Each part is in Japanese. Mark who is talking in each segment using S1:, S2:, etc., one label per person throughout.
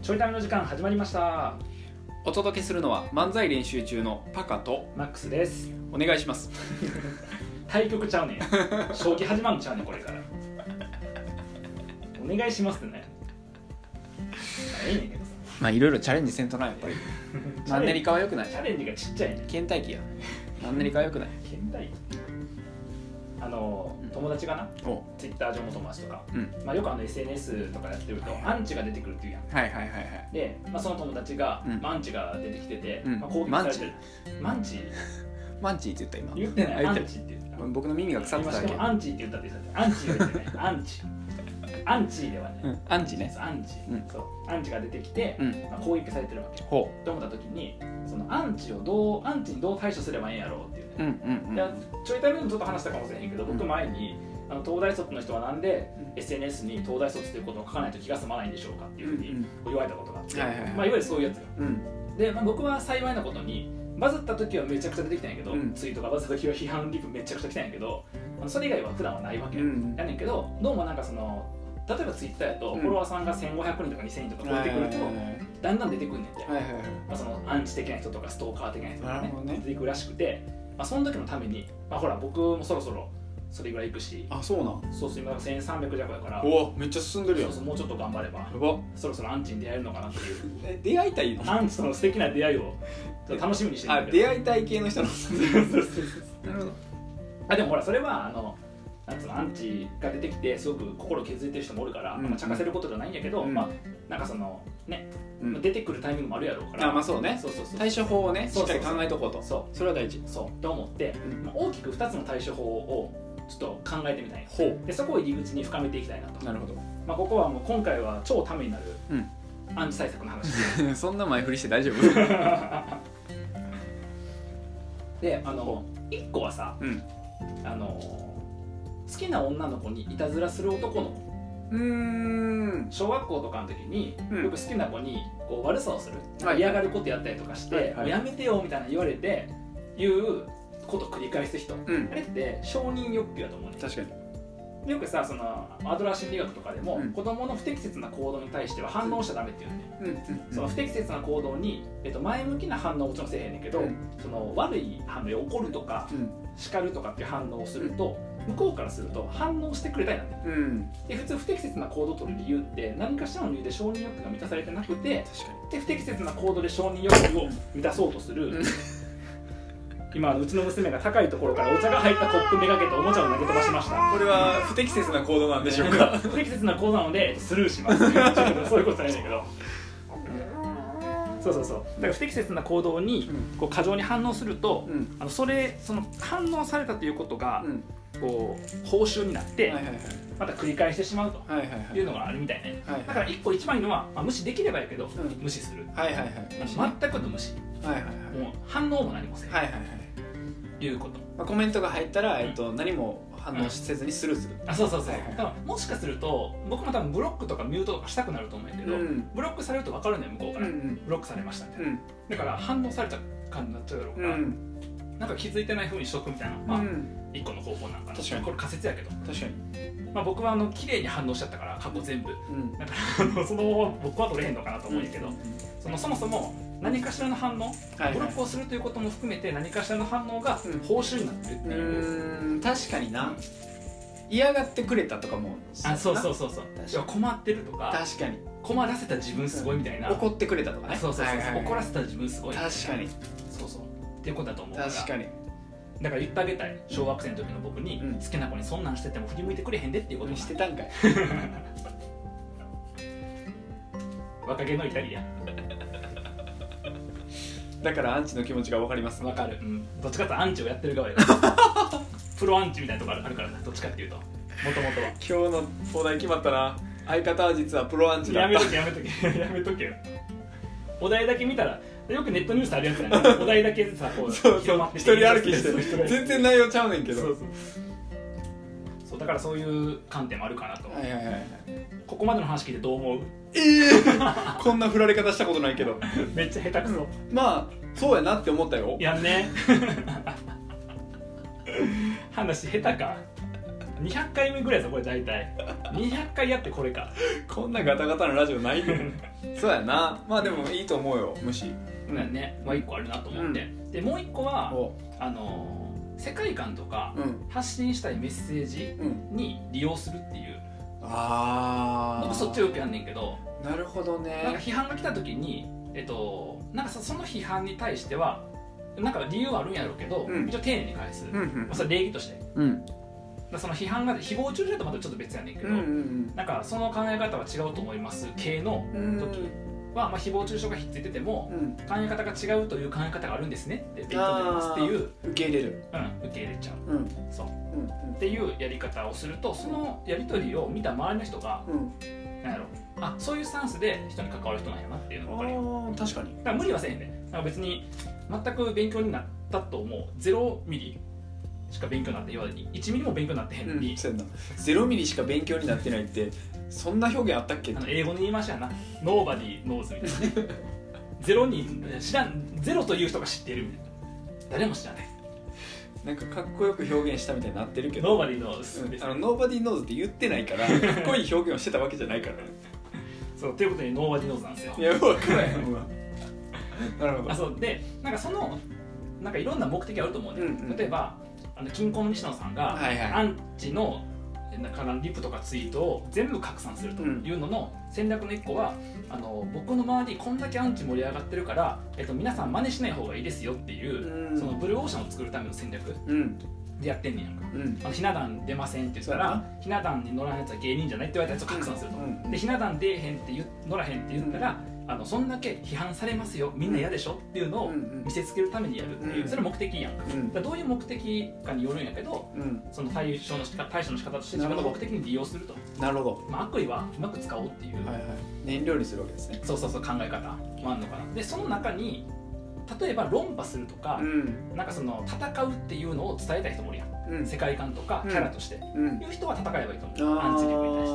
S1: ちょいための時間始まりました。
S2: お届けするのは漫才練習中のパカと
S1: マックスです。
S2: お願いします。
S1: 対局ちゃうねん。将棋始まるんちゃうねんこれから。お願いしますってね。いいねんけどさ。
S2: まあいろいろチャレンジせんとなやっぱり。マンネリ化は良くない。
S1: チャレンジがちっちゃいね。
S2: 倦怠期や。マンネリ化は良くない。
S1: 倦怠期。友達がな、ツイッター上の友達とか、よくSNS とかやってるとアンチが出てくるっていうやん。
S2: はいはいはいはい。
S1: で、その友達が、アンチが出てきてて、攻撃されてる。マンチって
S2: 言った今。
S1: 言ってない。アンチって言った。
S2: 僕の耳が腐ってただけ。
S1: アンチって言ったって言ったって。アンチは言ってない。アンチではね。
S2: アンチね。
S1: アンチが出てきて、攻撃されてるわけ。と思った時に、そのアンチにどう対処すればいいんやろうっていうね。ちょいためにちょっと話したかもしれへんけど、僕前に東大卒の人はなんで SNS に東大卒ということを書かないと気が済まないんでしょうかっていうふうに言われたことがあって、いわゆるそういうやつよ。で、僕は幸いなことにバズった時はめちゃくちゃ出てきたんやけど、ツイートがバズった時は批判リプめちゃくちゃ来たんやけど、それ以外は普段はないわけやねんけど、どうもなんかその例えばツイッターやとフォロワーさんが1500人とか2000人とか超えてくるとだんだん出てくるねんて、そのアンチ的な人とかストーカー的な人がね出てくるらしくて、その時のためにほら僕もそろそろそれぐらいいくし、
S2: そうなん。
S1: そう今1300弱やから、
S2: めっちゃ進んでるやん。
S1: もうちょっと頑張ればそろそろアンチに出会えるのかなっていう。
S2: 出会いたいの？
S1: アンチとの素敵な出会いを楽しみにしてるんだけど。
S2: 出会いたい系の人の。なるほど。
S1: でもほらそれはなんつうのアンチが出てきてすごく心を削れてる人もおるから、茶化せることじゃないんやけど、なんかそのね、出てくるタイミングもあるやろうから、
S2: そうね。対処法をねしっかり考えとこうと。それは大事。
S1: と思って、大きく2つの対処法をちょっと考えてみたい。でそこを入り口に深めていきたいなと。
S2: なるほど。
S1: ここはもう今回は超ためになるアンチ対策の話で。
S2: そんな前振りして大丈夫？
S1: で1個はさ、好きな女の子にいたずらする男の子。小学校とかの時によく好きな子にこう悪さをする、嫌がることやったりとかして「やめてよ」みたいな言われて言うことを繰り返す人、あれって承認欲求だと思うね。
S2: 確かに。
S1: よくさそのアドラー心理学とかでも、子供の不適切な行動に対しては反応しちゃダメっていうね。その不適切な行動に、前向きな反応ももちろんせえへんねんけど、その悪い反応、怒るとか、叱るとかっていう反応をすると、向こうからすると反応してくれたいなんだよ。で普通不適切な行動を取る理由って何かしらの理由で承認欲求が満たされてなくて、で不適切な行動で承認欲求を満たそうとする。今うちの娘が高いところからお茶が入ったコップめがけておもちゃを投げ飛ばしました。
S2: これは不適切な行動なんでしょうか？
S1: 不適切な行動なのでスルーします。そういうことじゃないんだけど。だから不適切な行動にこう過剰に反応すると、その反応されたということがこう報酬になってまた繰り返してしまうというのがあるみたいね。だから一個一番いいのは、無視できればいいけど無視する。全くの無視。もう反応も何もせない。いうこと。
S2: コメントが入ったら何も反応せずにスルーする。
S1: もしかすると僕も多分ブロックとかミュートとかしたくなると思うんやけど、ブロックされると分かるのよ向こうから。ブロックされましたみたいな。だから反応された感じになっちゃうだろうから、なんか気づいてない風にしとくみたいな、一個の方法なんかな。確かにこれ仮説やけど。確かに。僕は綺麗に反応しちゃったから過去全部。だからそのまま僕は取れへんのかなと思うんやけど、そもそも何かしらの反応、ブロックをするということも含めて何かしらの反応が報酬になってるっていう。
S2: 確かにな。嫌がってくれたとかも。
S1: そう困ってるとか。
S2: 確かに。
S1: 困らせた自分すごいみたいな。
S2: 怒ってくれたとかね。
S1: 怒らせた自分すごい。
S2: 確かに。
S1: っていうことだと思うから。確かに。だから言ってあげたい、小学生の時の僕に、好きな子にそんなんしてても振り向いてくれへんでっていうことに
S2: してたんかい。
S1: 若気の至りや。
S2: だからアンチの気持ちが分かります。
S1: 分かる。どっちかってアンチをやってる側や。プロアンチみたいなとこあるからな、どっちかっていうと。もともとは。
S2: 今日のお題決まったな。相方は実はプロアンチだった。
S1: やめとけよ。お題だけ見たら。よくネットニュースあるやつやね。お題だけさこう広まって
S2: 一人歩きしてる。全然内容ちゃうねんけど。
S1: そうだからそういう観点もあるかなと。ここまでの話聞いてどう思う？
S2: こんな振られ方したことないけど。
S1: めっちゃ下手くそ。
S2: そうやなって思ったよ。
S1: やんね。話下手か。 200回目ぐらいですよこれ大体200回やってこれか
S2: こんなガタガタのラジオないよそうやな。まあでもいいと思うよ、無視
S1: ね、まあ、1個あるなと思って、でもう1個は世界観とか発信したいメッセージに利用するっていう、僕そっちをよくやんねんけど。
S2: なるほどね。
S1: なんか批判が来た時になんかその批判に対してはなんか理由はあるんやろうけど、一応丁寧に返す、それ礼儀として、その批判が誹謗中傷だとまたちょっと別やねんけど、なんかその考え方は違うと思います系の時は、まあ、誹謗中傷がひっついてても、考え方が違うという考え方があるんですねって勉強になりますっていう、
S2: 受け入れる、
S1: 受け入れちゃう、そう、っていうやり方をすると、そのやり取りを見た周りの人が、なんやろ、あ、そういうスタンスで人に関わる人なんやなっていうのが分かるよ。
S2: 確かに。
S1: だから無理はせへんね。なんか別に全く勉強になったと思う。0ミリしか勉強になって、要は1ミリも勉強になってへんのに、
S2: 0ミリしか勉強になってないってそんな表現あったっけ？
S1: 英語に言いましたよな。Nobody knows みたいな。0に知らん、0という人が知っているみたいな。誰も知らない。
S2: なんかかっこよく表現したみたいになってるけど、
S1: Nobody knows、
S2: Nobody knows って言ってないからかっこいい表現をしてたわけじゃないから
S1: そうということで Nobody knows なんですよ。
S2: いや分からへんなるほど。
S1: そうで、なんかそのなんかいろんな目的あると思うね、例えば近郊の西野さんが、アンチのリプとかツイートを全部拡散するというのの戦略の一個は、僕の周りこんだけアンチ盛り上がってるから、皆さん真似しない方がいいですよっていう、そのブルーオーシャンを作るための戦略でやってんねんやんか。ひな壇出ませんって言ったら、ひな壇に乗らんやつは芸人じゃないって言われたやつを拡散すると、でひな壇出えへんって乗らへんって言ったら、そんだけ批判されますよ、みんな嫌でしょっていうのを見せつけるためにやるっていう、それは目的やんか。だどういう目的かによるんやけど、その対処の仕方として自分の目的に利用すると。
S2: なるほど。
S1: まあ、悪意はうまく使おうっていう、
S2: 燃料にするわけですね。
S1: そう考え方もあるのかな。でその中に例えば論破するとか、なんかその戦うっていうのを伝えたい人もいるやん、世界観とかキャラとして、いう人は戦えばいいと思う、アンチリプに対して。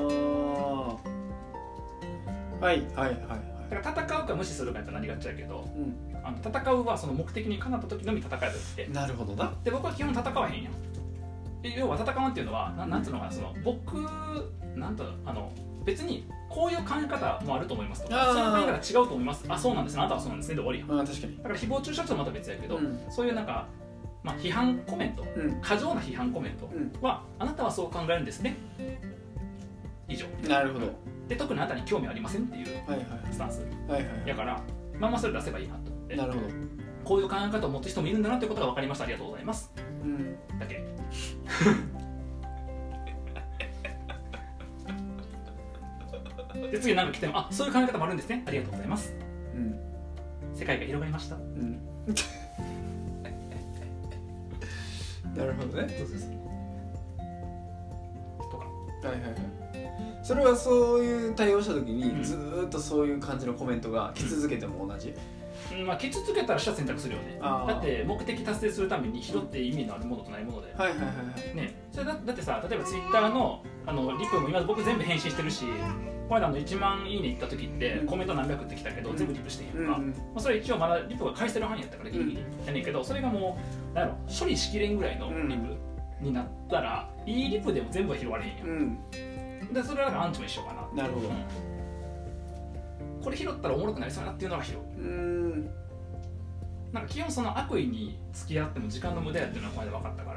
S1: だから戦うか無視するかってなりがちやけど、戦うはその目的にかなった時のみ戦えばいいって。
S2: なるほどな。
S1: で僕は基本戦わへんやん。要は戦わんっていうのはなんつうのかな、その僕なんと別にこういう考え方もあると思いますとか、その考え方違うと思います、あそうなんですね、あなたはそうなんですねで終わりやん。
S2: 確かに。
S1: だから誹謗中傷とはまた別やけど、そういうなんか、まあ、批判コメント、過剰な批判コメントは、あなたはそう考えるんですね、以上。
S2: なるほど。
S1: で特にあなたに興味ありませんっていうスタンスやから、まあそれ出せばいいなと思って。
S2: なるほど。こ
S1: ういう考え方を持つ人もいるんだなということが分かりました、ありがとうございます、だけで次なんか来ても、あそういう考え方もあるんですね、ありがとうございます、世界が広がりました、
S2: なるほどね。
S1: とか
S2: それはそういう対応した時に、ずーっとそういう感じのコメントが来続けても同じ、
S1: まあ来続けたらした選択するよね。だって目的達成するために拾って意味のあるものとないもので、ね、それだってさ、例えばツイッターのリプも今僕全部返信してるし、この間1万いいねいった時ってコメント何百ってきたけど全部リプしてへんやんか、まあ、それ一応まだリプが返してる範囲やったからギリギリやねんけど、それがもうなんやろ処理しきれんぐらいのリプになったら、いいリプでも全部は拾われへんやん、でそれはアンチも一緒かな。
S2: なるほど、
S1: これ拾ったらおもろくなりそうだなっていうのが拾う。なんか基本その悪意に付き合っても時間の無駄やっていうのはこれで分かったから、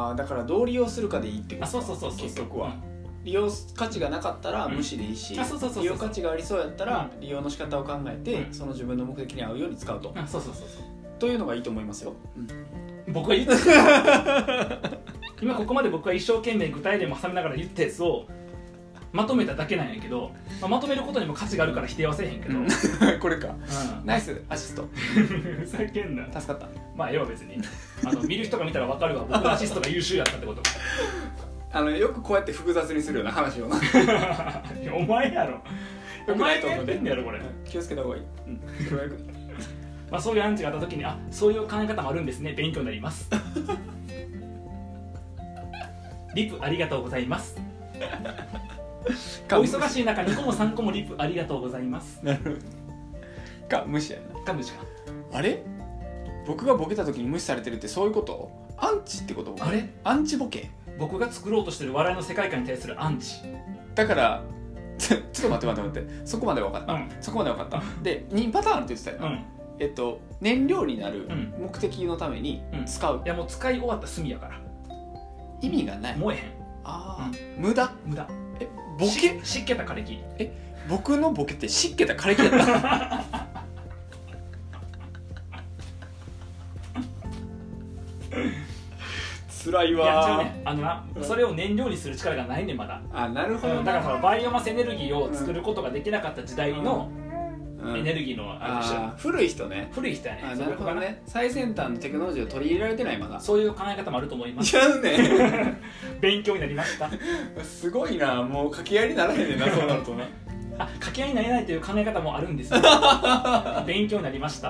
S2: だからどう利用するかでいいってことか。
S1: そう
S2: 結局は、利用価値がなかったら無視でいいし、利用価値がありそうやったら利用の仕方を考えて、その自分の目的に合うように使うと、というのがいいと思いますよ、
S1: 僕は言って今ここまで僕は一生懸命具体例も挟みながら言ったやつをまとめただけなんやけど、まとめることにも価値があるから否定はせえへんけど
S2: これか、ナイスアシスト
S1: ふざけんな、
S2: 助かった。
S1: まあ要は別に見る人が見たら分かるわ、僕のアシストが優秀やったってこと
S2: よくこうやって複雑にするような話をな
S1: お前やろ、お前がやってんねやろこれ、
S2: 気をつけた方がいい、
S1: まあそういうアンチがあった時に、あそういう考え方もあるんですね、勉強になりますリプありがとうございますお忙しい中2個も3個もリプありがとうございます。
S2: なるほど。か無視やな。
S1: か無視か。
S2: あれ？僕がボケた時に無視されてるってそういうこと？アンチってこと？
S1: あれ？
S2: アンチボケ？
S1: 僕が作ろうとしてる笑いの世界観に対するアンチ
S2: だからちょっと待ってそこまで分かった、そこまで分かったで2パターンあるって言ってたよな、燃料になる目的のために使う、
S1: いやもう使い終わった炭やから
S2: 意味がない、
S1: 燃えへん、
S2: 無駄ボケ
S1: 湿気た枯れ木、
S2: 僕のボケって湿気た枯れ木やった辛いわ。い
S1: や違うね、それを燃料にする力がないねんまだ。
S2: なるほど。
S1: だからバイオマスエネルギーを作ることができなかった時代のエネルギーの
S2: 古い人ね。
S1: 古い人やね。
S2: なるほどね。最先端のテクノロジーを取り入れられてないまだ。
S1: そういう考え方もあると思います。
S2: ちゃうね。
S1: 勉強になりました。
S2: すごいな、もう掛け合いにならへんねんな、そうなるとね。
S1: 掛け合いになれないという考え方もあるんですよ。勉強になりました。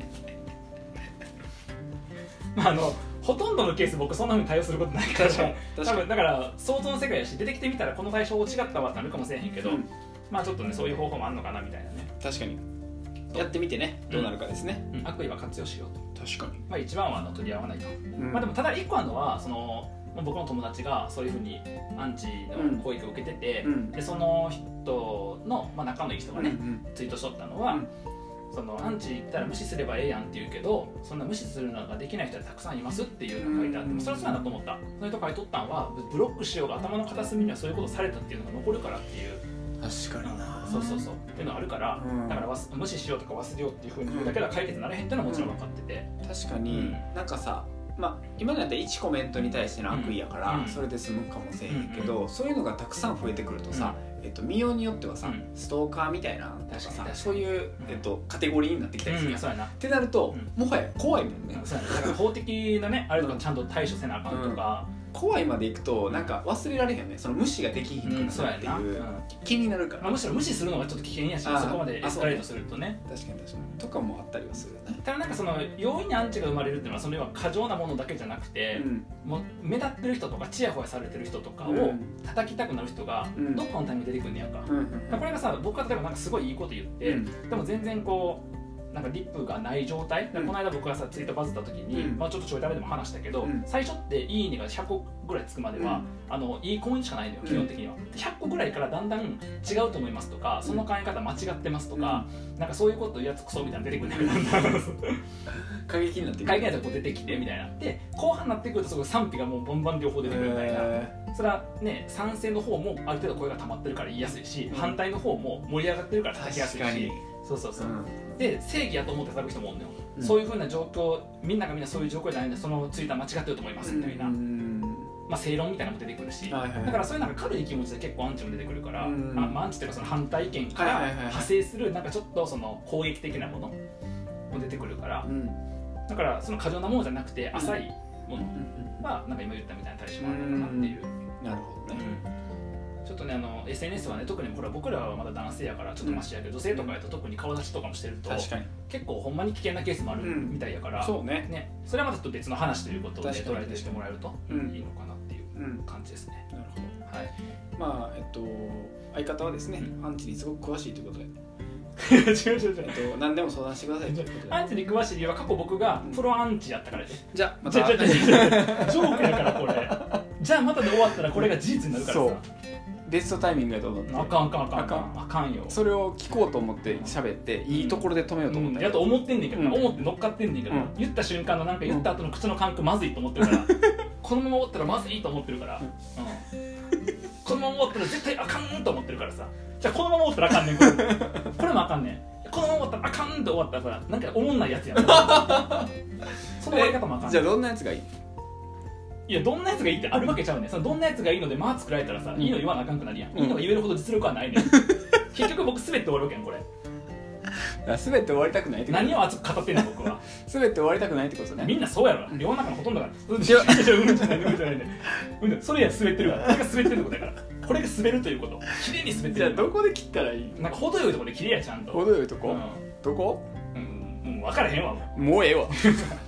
S1: ほとんどのケース僕そんな風に対応することないから多分だから想像の世界やし、出てきてみたらこの対象違ったわってなるかもしれへんけど、まあちょっとねそういう方法もあるのかなみたいなね。
S2: 確かにやってみてね、どうなるかですね。
S1: 悪意は活用しようと。
S2: 確かに。
S1: まあ一番は取り合わないと。まあでもただ一個あるのは僕の友達がそういう風にアンチの攻撃を受けてて、でその人の仲のいい人がねツイートしとったのは。アンチ言ったら無視すればええやんって言うけど、そんな無視するのができない人はたくさんいますっていうのが書いてあって、それはそうやなと思った。それと書いとったんはブロックしようが頭の片隅にはそういうことされたっていうのが残るからっていう。
S2: 確かにな。
S1: そうっていうのがあるから、だから無視しようとか忘れようっていうふうに言うだけでは解決になれへんっていうのはもちろん分かってて、
S2: 確かになんかさ、今のやったら1コメントに対しての悪意やからそれで済むかもしれへんけど、そういうのがたくさん増えてくるとさ、見ようによってはさ、ストーカーみたいなとかさ、そういう、カテゴリーになってきたりするやん、ってなると、もはや怖いもんね。
S1: だから法的なねあれとかちゃんと対処せなあかんとか、
S2: 怖いまでいくとなんか忘れられへんよね。その無視ができひんくなるっていう気になるから、
S1: むしろ無視するのがちょっと危険やし、そこまでエスカレートするとね。
S2: 確かにとかもあったりはするね。
S1: ただなんか容易にアンチが生まれるっていうのはその要は過剰なものだけじゃなくて、もう目立ってる人とかチヤホヤされてる人とかを叩きたくなる人がどっかのタイミングで出てくるんやんか。これがさ、僕が例えばなんかすごいいいこと言って、でも全然なんかリップがない状態、この間僕がさツイートバズった時に、ちょっとちょいダメでも話したけど、最初っていいねが100個ぐらいつくまでは、いいコメントしかないのよ基本的には。100個ぐらいからだんだん違うと思いますとか、その考え方間違ってますとか、なんかそういうこと言うやつクソみたいなの出てくるんだけど、
S2: 過激になってくる、
S1: 過激なとこ出てきてみたいな。で後半になってくるとそこ賛否がもうバンバン両方出てくるみたいな。それはね、賛成の方もある程度声が溜まってるから言いやすいし、反対の方も盛り上がってるから叩きやすいし。で正義やと思って叩く人もおるのよ、そういうふうな状況、みんながみんなそういう状況じゃないんで、そのツイートは間違ってると思いますみたいな、正論みたいなのも出てくるし、だからそういうなんか軽い気持ちで結構アンチも出てくるから、アンチっていうかその反対意見から派生するなんかちょっとその攻撃的なものも出てくるから、だからその過剰なものじゃなくて浅いものはなんか今言ったみたいな対処もあるのかなっていう。
S2: なるほどね。
S1: ちょっとねSNS はね、特にほら僕らはまだ男性やからちょっとマシやけど、女性とかやと特に顔出しとかもしてると結構ほんまに危険なケースもあるみたいやから、
S2: そうね、
S1: それはまたちょっと別の話ということで捉えてしてもらえるといいのかなっていう感じですね。
S2: なるほど。はい。相方はですね、アンチにすごく詳しいということで。
S1: 違う
S2: 何でも相談してくださいということで。
S1: アンチに詳しい理由は過去僕がプロアンチやったからで。
S2: じゃあまた
S1: ジョークやからこれ。じゃあまたで終わったらこれが事実になるからさ。
S2: ベストタイミングやと思って。
S1: あかんよ。
S2: それを聞こうと思って喋っていいところで止めようと思った。
S1: やと思ってんねんけど、思って乗っかってんねんけど、言った瞬間のなんか言った後の口の感覚まずいと思ってるから、このまま終わったらまずいと思ってるから、このまま終わったら絶対あかんと思ってるからさ。じゃあこのまま終わったらあかんねんこれもあかんねん。このまま終わったらあかんって終わったらさ、なんかおもんないやつやん。その終わり方もあかんねん。
S2: じゃあどんなやつがいい？
S1: いや、どんなやつがいいってあるわけちゃうねん。そのどんなやつがいいので作られたらさ、いいの言わなあかんくなるやん。いいのが言えるほど実力はないねん。結局僕滑って終わるわけやんこれ。
S2: 滑って終わりたくないってこと。
S1: 何を熱く語ってんの僕は。
S2: 滑って終わりたくないってことね。み
S1: んなそうやろ。世の中のほとんどが。じゃないね。それや滑ってるから。これが滑ってるってことやから。これが滑るということ。綺麗に滑ってる。
S2: じゃあどこで切ったらいい？
S1: なんか程よいところで切れやちゃんと。
S2: 程よいとこ？どこ？
S1: 分からへんわ。
S2: もうええわ。